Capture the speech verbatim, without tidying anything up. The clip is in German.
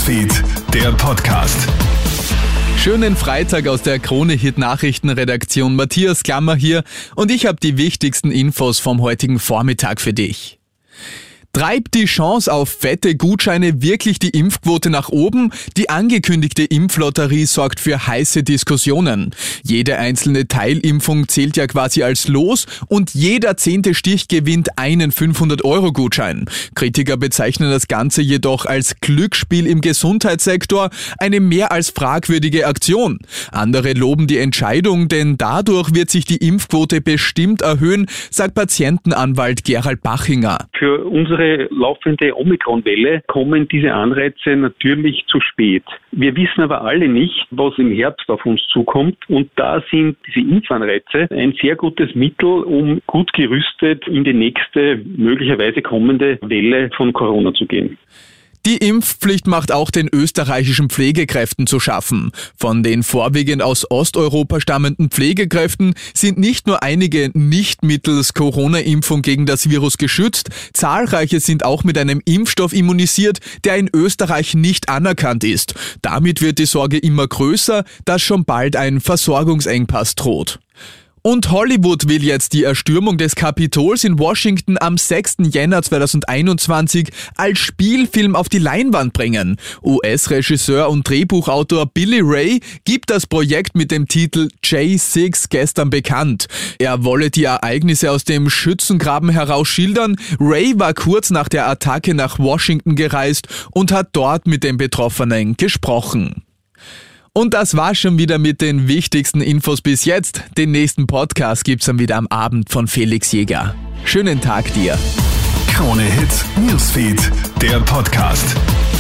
Newsfeed, der Podcast. Schönen Freitag aus der Krone-Hit-Nachrichtenredaktion. Matthias Klammer hier und ich habe die wichtigsten Infos vom heutigen Vormittag für dich. Treibt die Chance auf fette Gutscheine wirklich die Impfquote nach oben? Die angekündigte Impflotterie sorgt für heiße Diskussionen. Jede einzelne Teilimpfung zählt ja quasi als Los und jeder zehnte Stich gewinnt einen fünfhundert-Euro-Gutschein. Kritiker bezeichnen das Ganze jedoch als Glücksspiel im Gesundheitssektor, eine mehr als fragwürdige Aktion. Andere loben die Entscheidung, denn dadurch wird sich die Impfquote bestimmt erhöhen, sagt Patientenanwalt Gerald Bachinger. Für unsere laufende Omikron-Welle kommen diese Anreize natürlich zu spät. Wir wissen aber alle nicht, was im Herbst auf uns zukommt, und da sind diese Impfanreize ein sehr gutes Mittel, um gut gerüstet in die nächste möglicherweise kommende Welle von Corona zu gehen. Die Impfpflicht macht auch den österreichischen Pflegekräften zu schaffen. Von den vorwiegend aus Osteuropa stammenden Pflegekräften sind nicht nur einige nicht mittels Corona-Impfung gegen das Virus geschützt, zahlreiche sind auch mit einem Impfstoff immunisiert, der in Österreich nicht anerkannt ist. Damit wird die Sorge immer größer, dass schon bald ein Versorgungsengpass droht. Und Hollywood will jetzt die Erstürmung des Kapitols in Washington am sechsten Jänner zweitausendeinundzwanzig als Spielfilm auf die Leinwand bringen. U S-Regisseur und Drehbuchautor Billy Ray gibt das Projekt mit dem Titel J sechs gestern bekannt. Er wolle die Ereignisse aus dem Schützengraben heraus schildern. Ray war kurz nach der Attacke nach Washington gereist und hat dort mit den Betroffenen gesprochen. Und das war schon wieder mit den wichtigsten Infos bis jetzt. Den nächsten Podcast gibt's dann wieder am Abend von Felix Jäger. Schönen Tag dir. Krone-Hit Newsfeed, der Podcast.